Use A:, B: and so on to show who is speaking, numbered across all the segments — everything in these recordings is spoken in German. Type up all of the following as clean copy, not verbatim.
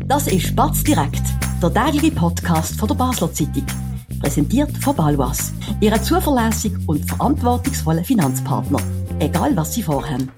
A: Das ist Batz direkt, der tägliche Podcast von der Basler Zeitung. Präsentiert von Baloise, Ihrem zuverlässigen und verantwortungsvollen Finanzpartner. Egal, was Sie vorhaben.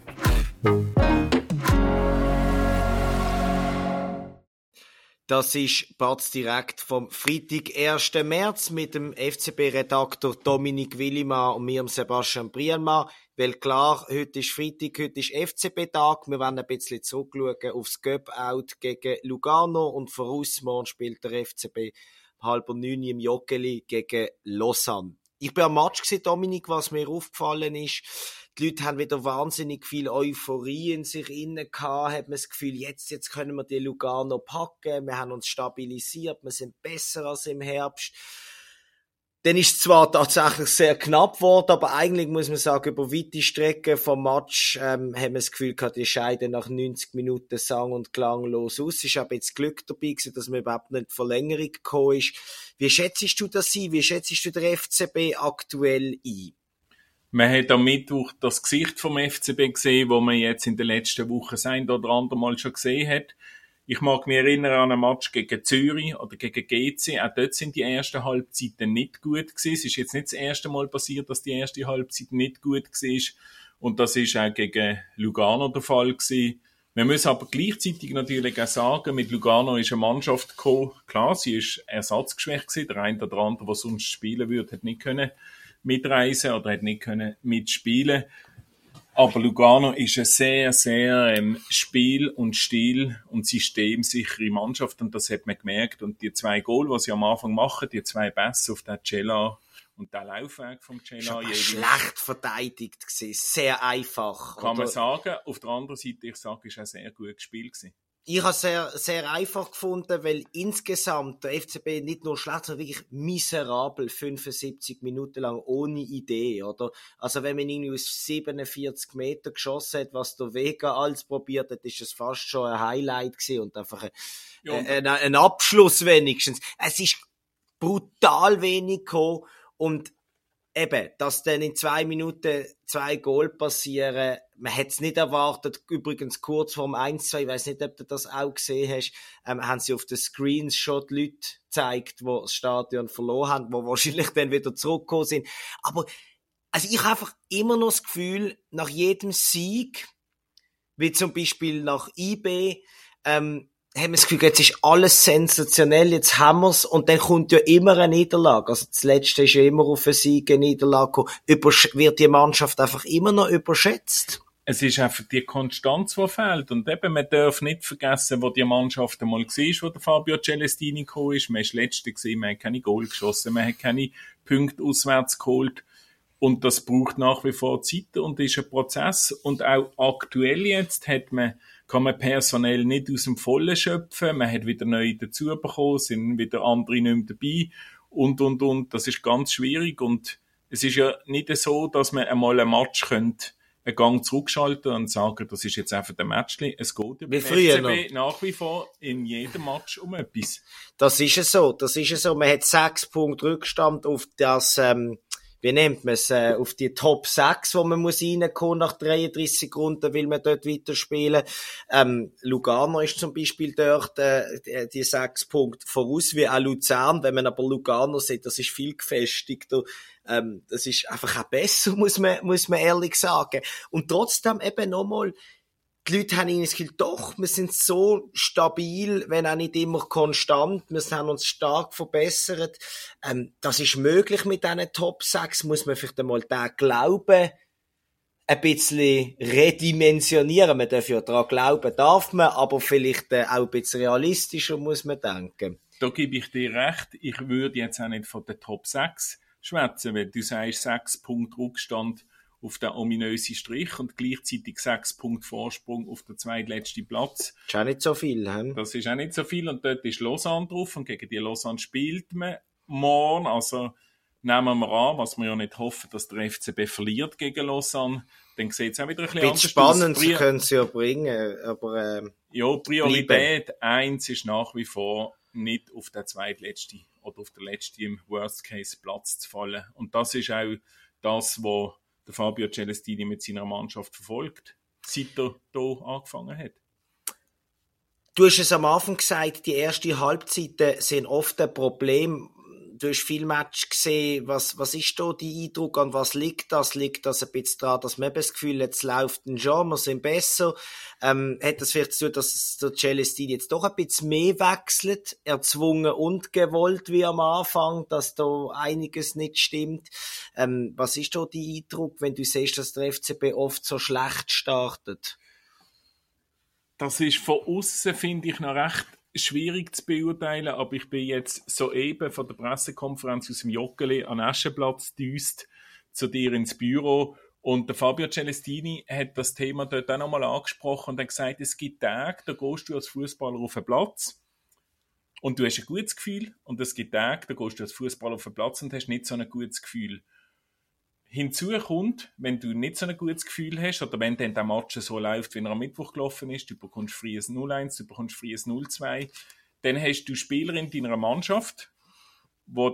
B: Das ist Batz direkt vom Freitag, 1. März mit dem FCB-Redaktor Dominik Willimann und mir, Sebastian Brielmann. Weil klar, heute ist Freitag, heute ist FCB-Tag. Wir werden ein bisschen zurückschauen aufs Göpp-Out gegen Lugano und voraus, morgen spielt der FCB 8:30 im Joggeli gegen Lausanne. Ich war am Match gewesen, Dominik, was mir aufgefallen ist. Die Leute haben wieder wahnsinnig viel Euphorie in sich innen gehabt, hat man das Gefühl, jetzt können wir die Lugano packen, wir haben uns stabilisiert, wir sind besser als im Herbst. Dann ist es zwar tatsächlich sehr knapp geworden, aber eigentlich muss man sagen, über weite Strecken vom Match haben wir das Gefühl gehabt, die scheiden nach 90 Minuten sang- und klanglos aus. Es ist aber jetzt Glück dabei gewesen, dass man überhaupt nicht in die Verlängerung gekommen ist. Wie schätzt du das ein? Wie schätzt du den FCB aktuell ein?
C: Man hat am Mittwoch das Gesicht vom FCB gesehen, wo man jetzt in den letzten Wochen das ein oder andere Mal schon gesehen hat. Ich mag mich erinnern an einen Match gegen Zürich oder gegen GC. Auch dort sind die ersten Halbzeiten nicht gut gewesen. Es ist jetzt nicht das erste Mal passiert, dass die erste Halbzeit nicht gut war. Und das ist auch gegen Lugano der Fall gewesen. Wir müssen aber gleichzeitig natürlich auch sagen, mit Lugano ist eine Mannschaft gekommen. Klar, sie ist ersatzgeschwächt gewesen. Der eine oder andere, der sonst spielen würde, hat nicht können mitreisen oder hat nicht können mitspielen. Aber Lugano ist eine sehr, sehr spiel- und stil- und systemsichere Mannschaft und das hat man gemerkt. Und die 2 Goal, die sie am Anfang machen, die 2 Pässe auf den Cella und den Laufweg vom Cella.
B: Schlecht verteidigt gewesen, sehr einfach.
C: Kann man sagen. Auf der anderen Seite, ich sage, ist auch sehr gut gespielt gewesen.
B: Ich habe es sehr, sehr einfach gefunden, weil insgesamt der FCB nicht nur schlecht, sondern wirklich miserabel 75 Minuten lang ohne Idee, oder? Also wenn man irgendwie aus 47 Meter geschossen hat, was der Vega alles probiert hat, ist es fast schon ein Highlight gewesen und einfach ein Abschluss wenigstens. Es ist brutal wenig gekommen und eben, dass dann in 2 Minuten 2 Goal passieren, man hätte es nicht erwartet. Übrigens kurz vorm 1-2, ich weiss nicht, ob du das auch gesehen hast, haben sie auf den Screenshot Leute gezeigt, die das Stadion verloren haben, die wahrscheinlich dann wieder zurückgekommen sind. Aber also ich habe einfach immer noch das Gefühl, nach jedem Sieg, wie zum Beispiel nach IB, haben wir das Gefühl, jetzt ist alles sensationell, jetzt haben wir's, und dann kommt ja immer eine Niederlage. Also das Letzte ist ja immer auf eine Sieg, eine Niederlage gekommen. Wird die Mannschaft einfach immer noch überschätzt?
C: Es ist einfach die Konstanz, die fehlt. Und eben, man darf nicht vergessen, wo die Mannschaft einmal war, wo der Fabio Celestini gekommen ist. Man war Letzte gewesen, man hat keine Goal geschossen, man hat keine Punkte auswärts geholt. Und das braucht nach wie vor Zeit und ist ein Prozess. Und auch aktuell jetzt kann man personell nicht aus dem Vollen schöpfen. Man hat wieder neue dazu bekommen, sind wieder andere nicht mehr dabei. Und. Das ist ganz schwierig. Und es ist ja nicht so, dass man einmal ein Match einen Gang zurückschalten und sagen, das ist jetzt einfach ein Matchli. Es geht über FCB nach wie vor in jedem Match um etwas.
B: Das ist es so. Man hat 6 Punkte Rückstand auf das, wie nennt man es, auf die Top 6, wo man muss reinkommen nach 33 Runden, will man dort weiterspielen. Lugano ist zum Beispiel dort die 6 Punkte voraus, wie auch Luzern. Wenn man aber Lugano sieht, das ist viel gefestigter. Das ist einfach auch besser, muss man ehrlich sagen. Und trotzdem eben nochmal, die Leute haben das Gefühl, doch, wir sind so stabil, wenn auch nicht immer konstant. Wir haben uns stark verbessert. Das ist möglich mit diesen Top 6. Muss man vielleicht einmal den Glauben ein bisschen redimensionieren. Man darf ja daran glauben, darf man, aber vielleicht auch ein bisschen realistischer muss man denken.
C: Da gebe ich dir recht. Ich würde jetzt auch nicht von den Top 6 schwätzen, weil du sagst, 6 Punkte Rückstand auf den ominösen Strich und gleichzeitig 6 Punkte Vorsprung auf den zweitletzten Platz.
B: Das ist auch nicht so viel, he?
C: Das ist auch nicht so viel und dort ist Lausanne drauf und gegen die Lausanne spielt man morgen, also nehmen wir an, was wir ja nicht hoffen, dass der FCB verliert gegen Lausanne, dann sieht es auch wieder ein bisschen anders aus.
B: Spannend, sie können es ja bringen, aber
C: ja, Priorität 1 ist nach wie vor nicht auf den zweitletzten oder auf den letzten im Worst-Case-Platz zu fallen. Und das ist auch das, was der Fabio Celestini mit seiner Mannschaft verfolgt, seit er hier angefangen hat.
B: Du hast es am Anfang gesagt, die ersten Halbzeiten sind oft ein Problem. Du hast viele Matches gesehen. Was ist da dein Eindruck? An was liegt das? Liegt das ein bisschen daran, dass man eben das Gefühl hat, jetzt läuft ein Genre, wir sind besser? Hat das vielleicht so, dass der Celestini jetzt doch ein bisschen mehr wechselt, erzwungen und gewollt wie am Anfang, dass da einiges nicht stimmt? Was ist da dein Eindruck, wenn du siehst, dass der FCB oft so schlecht startet?
C: Das ist von außen, finde ich, noch recht schwierig zu beurteilen, aber ich bin jetzt soeben von der Pressekonferenz aus dem Joggeli an Aschenplatz gedüst zu dir ins Büro und der Fabio Celestini hat das Thema dort auch nochmal angesprochen und hat gesagt, es gibt Tage, da gehst du als Fußballer auf den Platz und du hast ein gutes Gefühl und es gibt Tage, da gehst du als Fußballer auf den Platz und hast nicht so ein gutes Gefühl. Hinzu kommt, wenn du nicht so ein gutes Gefühl hast oder wenn dann der Match so läuft, wie er am Mittwoch gelaufen ist, du bekommst freies 0-1, du bekommst freies 0-2, dann hast du Spieler in deiner Mannschaft, die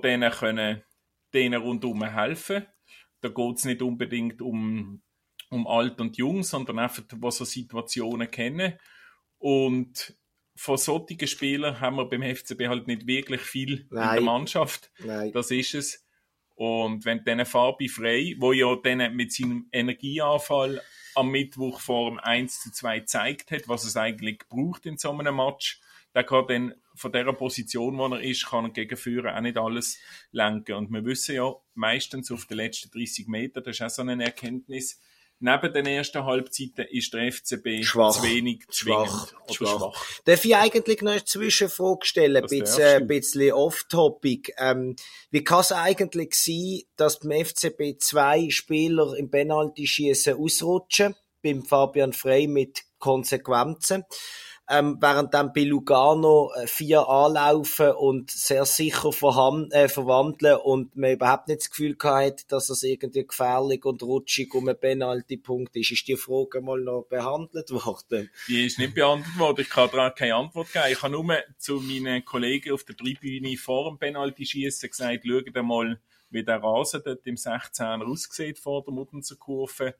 C: denen rundherum helfen. Da geht es nicht unbedingt um Alt und Jung, sondern einfach, die so Situationen kennen. Und von solchen Spielern haben wir beim FCB halt nicht wirklich viel in der Mannschaft. Nein. Das ist es. Und wenn dann Fabi Frey, wo ja dann mit seinem Energieanfall am Mittwoch vor dem 1:2 gezeigt hat, was es eigentlich braucht in so einem Match, der kann dann von dieser Position, wo er ist, kann er gegen Führer auch nicht alles lenken. Und wir wissen ja, meistens auf den letzten 30 Metern, das ist auch so eine Erkenntnis, neben den ersten Halbzeiten ist der FCB
B: schwach.
C: Zu wenig schwach.
B: Darf ich eigentlich noch eine Zwischenfrage stellen? Ein bisschen off-topic. Wie kann es eigentlich sein, dass beim FCB 2 Spieler im Penalty-Schießen ausrutschen? Beim Fabian Frey mit Konsequenzen. Während dann bei Lugano 4 anlaufen und sehr sicher verwandeln und man überhaupt nicht das Gefühl gehabt, dass es irgendwie gefährlich und rutschig um einen Penalty-Punkt ist. Ist die Frage mal noch behandelt worden?
C: Die ist nicht behandelt worden. Ich kann daran keine Antwort geben. Ich habe nur zu meinen Kollegen auf der Tribüne vor dem Penalty-Schießen gesagt, schaut mal, wie der Rasen dort im 16er aussieht vor der Muttenzer-Kurve.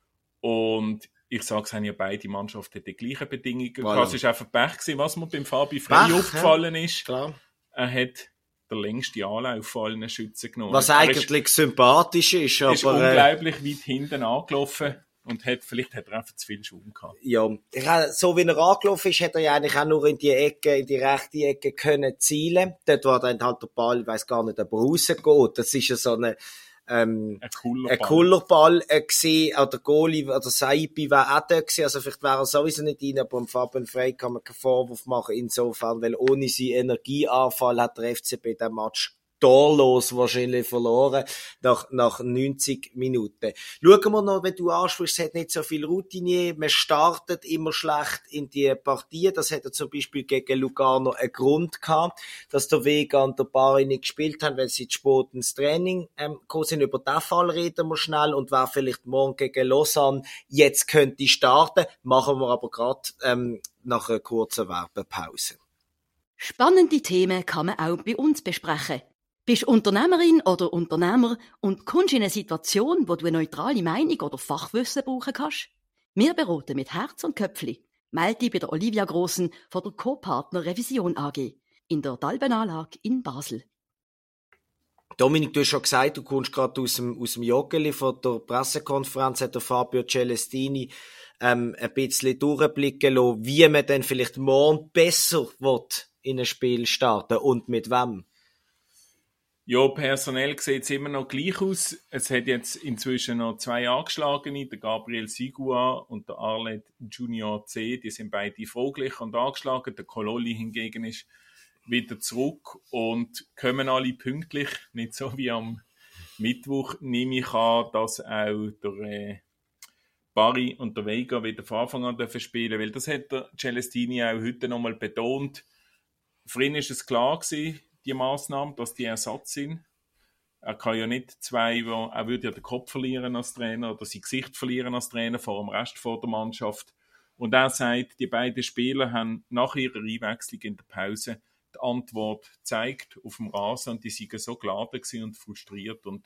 C: Und ich sage, es haben ja beide Mannschaften die gleichen Bedingungen gehabt. Es war einfach Pech gewesen, was mir beim Fabi Frey aufgefallen ist. Klar. Er hat den längsten Anlauf von allen Schützen genommen.
B: Was eigentlich sympathisch ist.
C: Er ist unglaublich weit hinten angelaufen und vielleicht hat er einfach zu viel Schwung gehabt.
B: Ja, so wie er angelaufen ist, hätte er ja eigentlich auch nur in die rechte Ecke können zielen. Dort war dann halt der Ball, ich weiss gar nicht, ob er rausgeht. Das ist ja so ein Kullerball gewesen, oder Goalie, oder Saibi war auch da gewesen, also vielleicht wäre er sowieso nicht rein, aber beim Fabian Frey kann man keinen Vorwurf machen, insofern, weil ohne seinen Energieanfall hat der FCB den Match torlos wahrscheinlich verloren, nach 90 Minuten. Schauen wir noch, wenn du ansprichst, es hat nicht so viel Routinier, man startet immer schlecht in die Partie, das hätte zum Beispiel gegen Lugano einen Grund gehabt, dass der Vega und der Bari nicht gespielt haben, weil sie zu spät ins Training gekommen sind. Über den Fall reden wir schnell und wer vielleicht morgen gegen Lausanne jetzt könnte starten, machen wir aber gerade nach einer kurzen Werbepause.
A: Spannende Themen kann man auch bei uns besprechen. Bist Unternehmerin oder Unternehmer und kommst in eine Situation, wo du eine neutrale Meinung oder Fachwissen brauchen kannst? Wir beraten mit Herz und Köpfli. Melde dich bei der Olivia Grossen von der Co-Partner Revision AG in der Dalbenanlage in Basel.
B: Dominik, du hast schon gesagt, du kommst gerade aus dem Joggeli. Von der Pressekonferenz hat der Fabio Celestini ein bisschen durchblicken lassen, wie man dann vielleicht morgen besser in ein Spiel starten und mit wem.
C: Ja, personell sieht es immer noch gleich aus. Es hat jetzt inzwischen noch 2 Angeschlagene, der Gabriel Sigua und der Arlet Junior C. Die sind beide fraglich und angeschlagen. Der Kololi hingegen ist wieder zurück und kommen alle pünktlich. Nicht so wie am Mittwoch nehme ich an, dass auch der Barry und der Vega wieder von Anfang an spielen, weil das hat der Celestini auch heute nochmal betont. Für ihn ist es klar gewesen, die Massnahmen, dass die Ersatz sind. Er kann ja nicht er würde ja den Kopf verlieren als Trainer oder sein Gesicht verlieren als Trainer vor dem Rest der Mannschaft. Und er sagt, die beiden Spieler haben nach ihrer Einwechslung in der Pause die Antwort gezeigt auf dem Rasen und die sind so geladen gewesen und frustriert. Und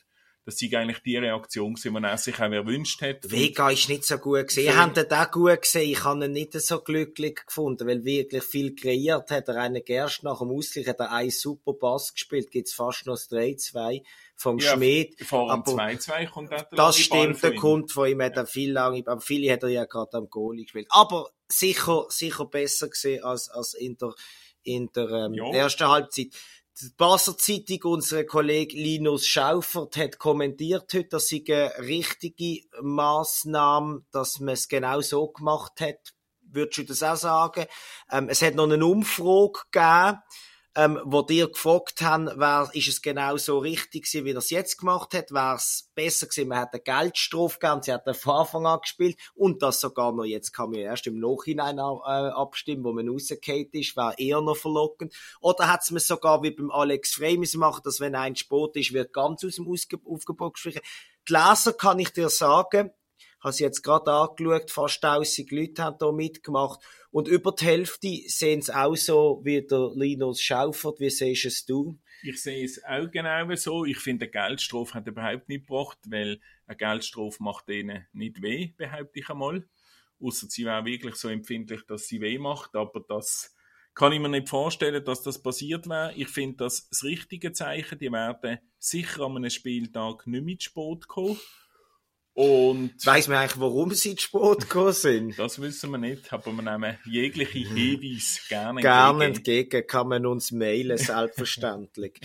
C: Das war eigentlich die Reaktion, die er sich auch erwünscht hat.
B: Vega ist nicht so gut gewesen. Ihr habt ihn auch gut gesehen. Ich habe ihn nicht so glücklich gefunden, weil wirklich viel kreiert hat. Einen Gerst nach dem Ausgleich hat er einen super Pass gespielt. Gibt's fast noch das 3-2 vom Schmied.
C: Vor dem 2-2 kommt auch der
B: das stimmt, der kommt von ihm, hat er viel lange, aber viele hat er ja gerade am Goalie gespielt. Aber sicher besser gesehen als in der ersten Halbzeit. Die Basler Zeitung, unser Kollege Linus Schaufert, hat kommentiert heute, dass sie eine richtige Massnahme, dass man es genau so gemacht hat. Würdest du das auch sagen? Es hat noch eine Umfrage gegeben, wo dir gefragt haben, ist es genau so richtig gewesen, wie er es jetzt gemacht hat? Wäre es besser gewesen, man hat eine Geldstrafe gegeben, sie hat von Anfang an gespielt und das sogar noch, jetzt kann man erst im Nachhinein abstimmen, wo man rausgefallen ist, wäre eher noch verlockend. Oder hat es mir sogar wie beim Alex Frey machen, dass wenn ein Sport ist, wird ganz aus dem Aufgebot gestrichen. Die Leser, kann ich dir sagen, ich habe sie jetzt gerade angeschaut, fast 1000 Leute haben da mitgemacht und über die Hälfte sehen es auch so wie der Linus Schaufert. Wie siehst es du?
C: Ich sehe es auch genau so. Ich finde, eine Geldstrafe hat überhaupt nicht gebracht, weil eine Geldstrafe macht denen nicht weh, behaupte ich einmal. Ausser sie wäre wirklich so empfindlich, dass sie weh macht, aber das kann ich mir nicht vorstellen, dass das passiert wäre. Ich finde das richtige Zeichen. Die werden sicher an einem Spieltag nicht mit Sport kommen. Und
B: weiss man eigentlich, warum sie zu Sport gekommen sind?
C: Das wissen wir nicht, aber wir nehmen jegliche Hinweise gerne
B: entgegen. Kann man uns mailen, selbstverständlich.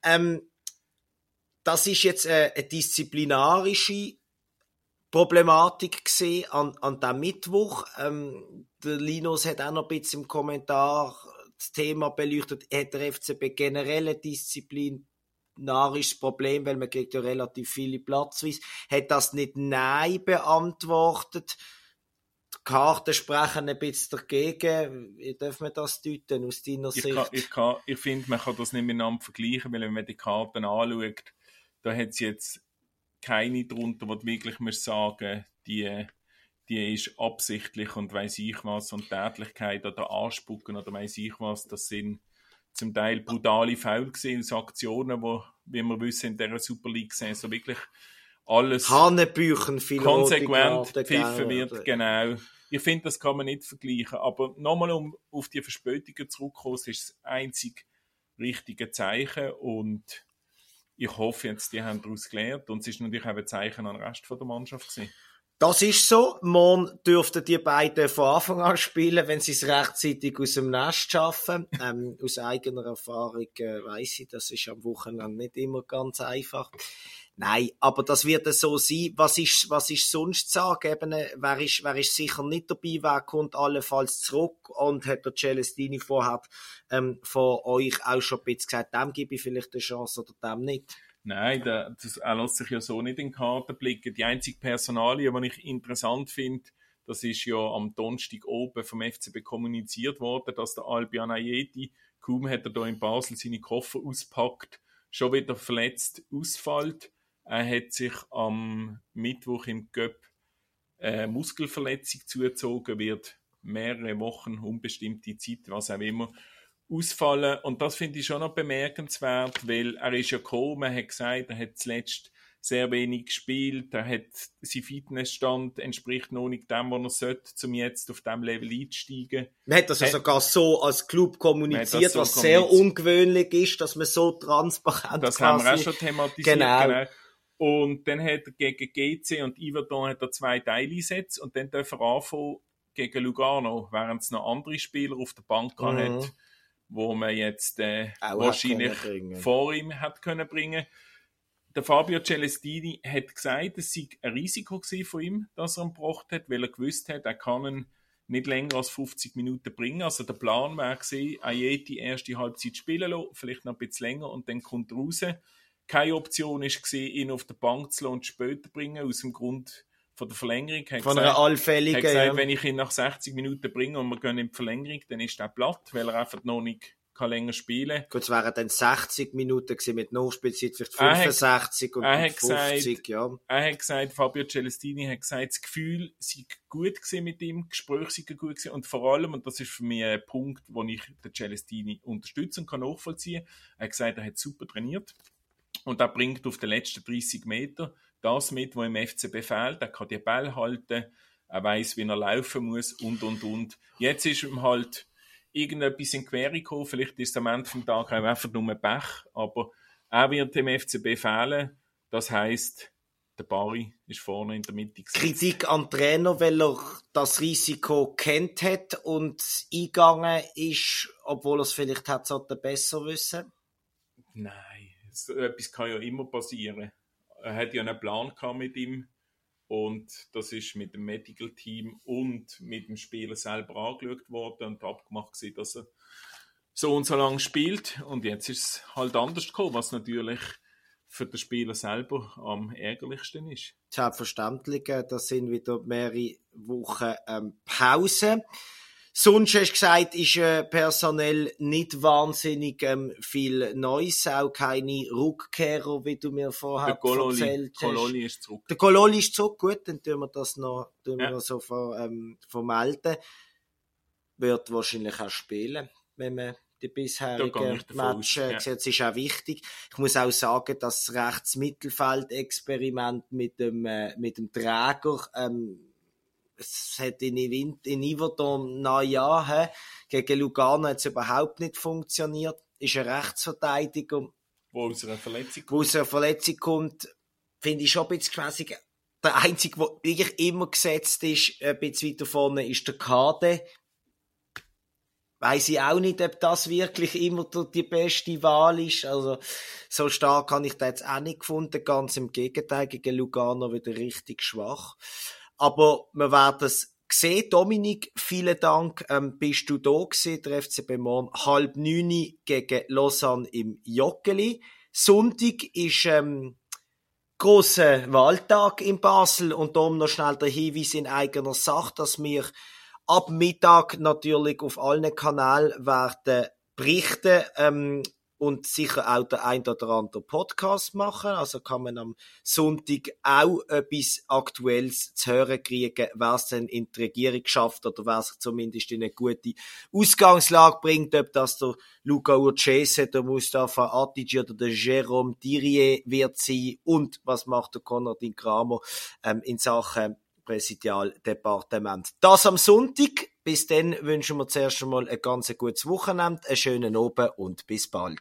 B: Das ist jetzt eine disziplinarische Problematik gesehen an diesem Mittwoch. Der Linus hat auch noch ein bisschen im Kommentar das Thema beleuchtet. Hat der FCB generell eine disziplinarisches Problem, weil man kriegt ja relativ viele Platzweise. Hat das nicht Nein beantwortet. Die Karten sprechen ein bisschen dagegen. Wie darf man das deuten aus deiner Sicht?
C: Ich finde, man kann das nicht miteinander vergleichen, weil wenn man die Karten anschaut, da hat es jetzt keine drunter, wo du wirklich musst sagen, die ist absichtlich und weiss ich was und Tätlichkeit oder Anspucken oder weiss ich was, das sind zum Teil brutale Foul gesehen, so Aktionen, wo, wie wir wissen, in dieser Super League-Saison wirklich alles
B: Hanebüchen,
C: konsequent gepfiffen wird, genau. Ich finde, das kann man nicht vergleichen, aber nochmal, um auf die Verspätungen zurückzukommen, es ist das einzig richtige Zeichen und ich hoffe jetzt, die haben daraus gelernt und es ist natürlich auch ein Zeichen an den Rest der Mannschaft gewesen.
B: Das ist so. Morgen dürften die beiden von Anfang an spielen, wenn sie es rechtzeitig aus dem Nest schaffen. Aus eigener Erfahrung weiss ich, das ist am Wochenende nicht immer ganz einfach. Nein, aber das wird so sein. Was ist sonst zu sagen? Eben, wer ist sicher nicht dabei, wer kommt allenfalls zurück und hat der Celestini vorher von euch auch schon ein bisschen gesagt, dem gebe ich vielleicht eine Chance oder dem nicht?
C: Nein, er lässt sich ja so nicht in die Karten blicken. Die einzige Personalie, die ich interessant finde, das ist ja am Donnerstag oben vom FCB kommuniziert worden, dass der Albion Ayeti, kaum hat er da in Basel seine Koffer auspackt, schon wieder verletzt ausfällt. Er hat sich am Mittwoch im Göpp Muskelverletzung zugezogen, wird mehrere Wochen, unbestimmte Zeit, was auch immer, ausfallen. Und das finde ich schon noch bemerkenswert, weil er ist ja gekommen, man hat gesagt, er hat zuletzt sehr wenig gespielt, sein Fitnessstand entspricht noch nicht dem, was er sollte, um jetzt auf diesem Level einzusteigen.
B: Man hat das ja sogar so als Club kommuniziert, was sehr ungewöhnlich ist, dass man so transparent
C: das haben wir auch schon thematisiert.
B: Genau.
C: Und dann hat er gegen GC und Yverdon hat er 2 Teileinsätze und dann darf er anfangen gegen Lugano, während es noch andere Spieler auf der Bank hat, wo man jetzt wahrscheinlich vor ihm hat können bringen. Der Fabio Celestini hat gesagt, es sei ein Risiko von ihm, dass er ihn gebracht hat, weil er gewusst hat, er kann ihn nicht länger als 50 Minuten bringen. Also der Plan wäre gewesen, Ayeti erste Halbzeit spielen lassen, vielleicht noch ein bisschen länger und dann kommt er raus. Keine Option war, ihn auf der Bank zu lassen und später bringen, aus dem Grund von der Verlängerung.
B: Von einer allfälligen.
C: Er hat gesagt, wenn ich ihn nach 60 Minuten bringe und wir gehen in die Verlängerung, dann ist er platt, weil er einfach noch nicht länger spielen kann.
B: Gut, es wären dann 60 Minuten gewesen, mit Nachspielzeit vielleicht 65 und 50, ja.
C: Er hat gesagt, Fabio Celestini hat gesagt, das Gefühl sei gut gewesen mit ihm, die Gespräche seien gut gewesen und vor allem, und das ist für mich ein Punkt, wo ich den Celestini unterstützen und kann nachvollziehen, er hat gesagt, er hat super trainiert. Und er bringt auf den letzten 30 Meter das mit, was im FCB fehlt. Er kann die Bälle halten, er weiss, wie er laufen muss und. Jetzt ist ihm halt irgendetwas in die Quere gekommen. Vielleicht ist es am Ende des Tages auch einfach nur Pech, aber er wird dem FCB fehlen. Das heisst, der Barry ist vorne in der Mitte gesetzt.
B: Kritik an den Trainer, weil er das Risiko kennt hat und eingegangen ist, obwohl er es vielleicht hätte besser wissen.
C: Nein, so etwas kann ja immer passieren. Er hat ja einen Plan gehabt mit ihm und das ist mit dem Medical Team und mit dem Spieler selber angeschaut worden und abgemacht gewesen, dass er so und so lange spielt. Und jetzt ist es halt anders gekommen, was natürlich für den Spieler selber am ärgerlichsten ist.
B: Selbstverständlich, das sind wieder mehrere Wochen Pause. Sonst hast du gesagt, ist personell nicht wahnsinnig viel Neues, auch keine Rückkehrer, wie du mir vorher erzählt hast.
C: Kololi ist zurück.
B: Der Kololi ist zurück, gut, dann tun wir das noch so vermelden. Wird wahrscheinlich auch spielen, wenn man die bisherigen Matches sieht. Das ist auch wichtig. Ich muss auch sagen, das Rechts-Mittelfeld-Experiment mit dem Träger, es hat in Yverdon Neujahr gegen Lugano hat es überhaupt nicht funktioniert. Ist ein Rechtsverteidiger,
C: wo aus einer
B: Verletzung kommt, finde ich schon ein bisschen schwierig. Der Einzige, der wirklich immer gesetzt ist, ein bisschen weiter vorne, ist der Kade. Weiss ich auch nicht, ob das wirklich immer die beste Wahl ist. Also, so stark habe ich da jetzt auch nicht gefunden. Ganz im Gegenteil, gegen Lugano wieder richtig schwach. Aber wir werden es sehen. Dominik, vielen Dank. Bist du da gewesen? Der FCB morgen 8:30 gegen Lausanne im Joggeli. Sonntag ist grosser Wahltag in Basel und darum noch schnell der Hinweis in eigener Sache, dass wir ab Mittag natürlich auf allen Kanälen werden berichten und sicher auch der ein oder andere Podcast machen. Also kann man am Sonntag auch etwas Aktuelles zu hören kriegen, wer es denn in die Regierung schafft oder wer sich zumindest in eine gute Ausgangslage bringt, ob das der Luca Urcese, der Mustafa Atici oder der Jérôme Thirier wird sein und was macht der Konradin Kramer in Sachen Präsidialdepartement. Das am Sonntag. Bis dann wünschen wir zuerst einmal ein ganz gutes Wochenende, einen schönen Abend und bis bald.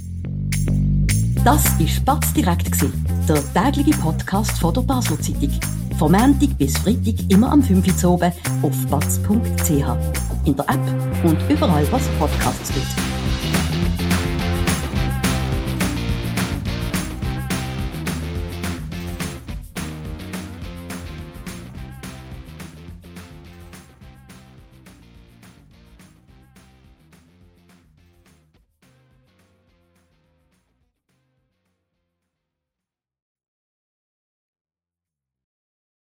A: Das war Batz direkt, der tägliche Podcast von der Basler Zeitung. Von Montag bis Freitag immer am 5 Uhr oben auf batz.ch. In der App und überall, was Podcasts gibt.